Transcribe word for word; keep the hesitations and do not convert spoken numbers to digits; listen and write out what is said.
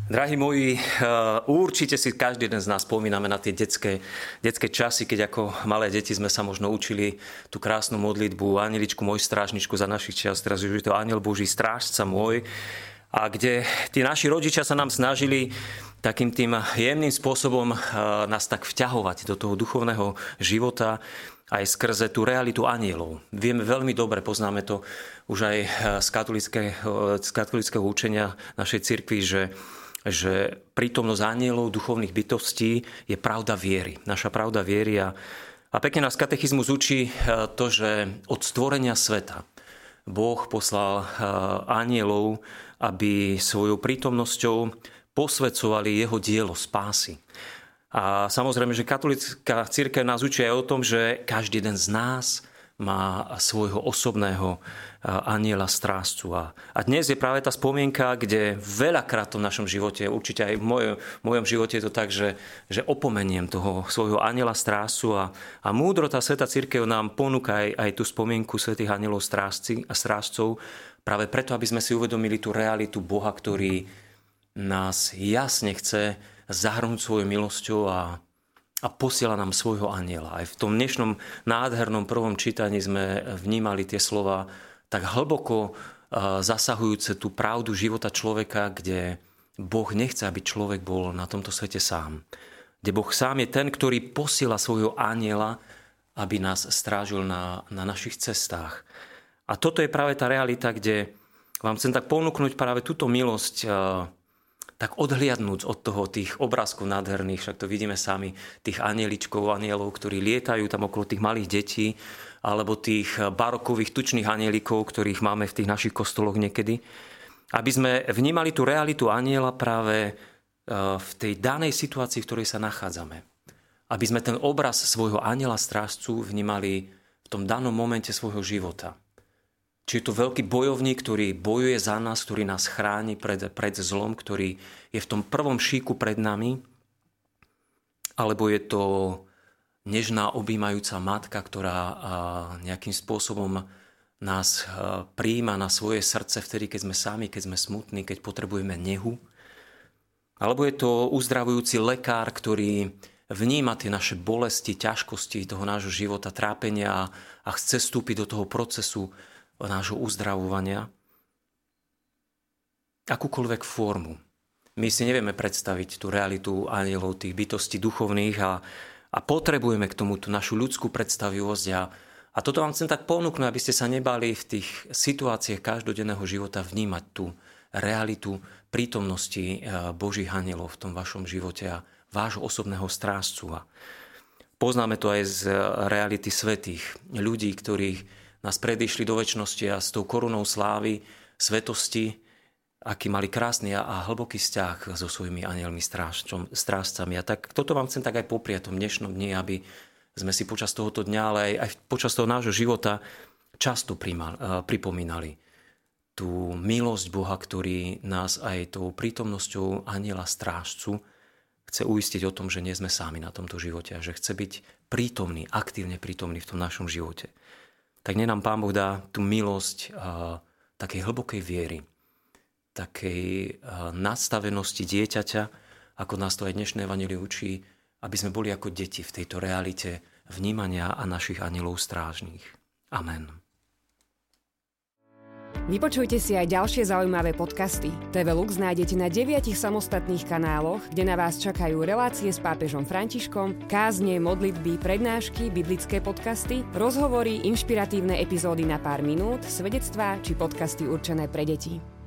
Drahí moji, určite si každý jeden z nás spomíname na tie detské, detské časy, keď ako malé deti sme sa možno učili tú krásnu modlitbu Anjeličku môj, strážničku za našich čas, teraz už je to Anjel Boží, strážca môj. A kde tí naši rodičia sa nám snažili takým tým jemným spôsobom nás tak vťahovať do toho duchovného života, aj skrze tú realitu anjelov. Vieme veľmi dobre, poznáme to už aj z katolického, z katolického učenia našej cirkvi, že, že prítomnosť anjelov, duchovných bytostí je pravda viery. Naša pravda viery. A, a pekne nás katechizmus učí to, že od stvorenia sveta Boh poslal anjelov, aby svojou prítomnosťou posvedcovali jeho dielo spásy. A samozrejme, že katolická cirkev nás učí aj o tom, že každý jeden z nás má svojho osobného anjela strážcu. A dnes je práve tá spomienka, kde veľakrát v našom živote, určite aj v mojom, v mojom živote je to tak, že, že opomeniem toho svojho anjela strážcu a, a múdro tá svätá cirkev nám ponúka aj, aj tú spomienku svätých anjelov strážci a strážcov, práve preto, aby sme si uvedomili tú realitu Boha, ktorý nás jasne chce zahrnúť svojou milosťou a, a posiela nám svojho anjela. Aj v tom dnešnom nádhernom prvom čítaní sme vnímali tie slova tak hlboko zasahujúce tú pravdu života človeka, kde Boh nechce, aby človek bol na tomto svete sám. Kde Boh sám je ten, ktorý posiela svojho anjela, aby nás strážil na, na našich cestách. A toto je práve tá realita, kde vám chcem tak ponúknuť práve túto milosť, tak odhliadnúť od toho tých obrázkov nádherných, však to vidíme sami, tých anieličkov, anielov, ktorí lietajú tam okolo tých malých detí, alebo tých barokových tučných anielikov, ktorých máme v tých našich kostoloch niekedy. Aby sme vnímali tú realitu aniela práve v tej danej situácii, v ktorej sa nachádzame. Aby sme ten obraz svojho anjela strážcu vnímali v tom danom momente svojho života. Či je to veľký bojovník, ktorý bojuje za nás, ktorý nás chráni pred, pred zlom, ktorý je v tom prvom šíku pred nami, alebo je to nežná objímajúca matka, ktorá nejakým spôsobom nás prijíma na svoje srdce vtedy, keď sme sami, keď sme smutní, keď potrebujeme nehu. Alebo je to uzdravujúci lekár, ktorý vníma tie naše bolesti, ťažkosti toho nášho života, trápenia a chce vstúpiť do toho procesu nášho uzdravovania, akúkoľvek formu. My si nevieme predstaviť tú realitu anjelov, tých bytostí duchovných a, a potrebujeme k tomu tú našu ľudskú predstavivosť. A, a toto vám chcem tak ponúknuť, aby ste sa nebali v tých situáciách každodenného života vnímať tú realitu prítomnosti Božích anjelov v tom vašom živote a vášho osobného strážcu. A poznáme to aj z reality svätých ľudí, ktorých nás predišli do večnosti a s tou korunou slávy, svetosti, aký mali krásny a hlboký vzťah so svojimi anjelmi strážcami. A tak toto vám chcem tak aj popriať v tom dnešnom dni, aby sme si počas tohoto dňa, ale aj, aj počas toho nášho života často primal, pripomínali tú milosť Boha, ktorý nás aj tou prítomnosťou anjela strážcu chce uistiť o tom, že nie sme sami na tomto živote a že chce byť prítomný, aktívne prítomný v tom našom živote. Tak nech nám Pán Boh dá tú milosť a, takej hlbokej viery, takej a, nastavenosti dieťaťa, ako nás to aj dnešné evanjelium učí, aby sme boli ako deti v tejto realite vnímania a našich anjelov strážnych. Amen. Vypočujte si aj ďalšie zaujímavé podcasty. té vé Lux nájdete na deviatich samostatných kanáloch, kde na vás čakajú relácie s pápežom Františkom, kázne, modlitby, prednášky, biblické podcasty, rozhovory, inšpiratívne epizódy na pár minút, svedectvá či podcasty určené pre deti.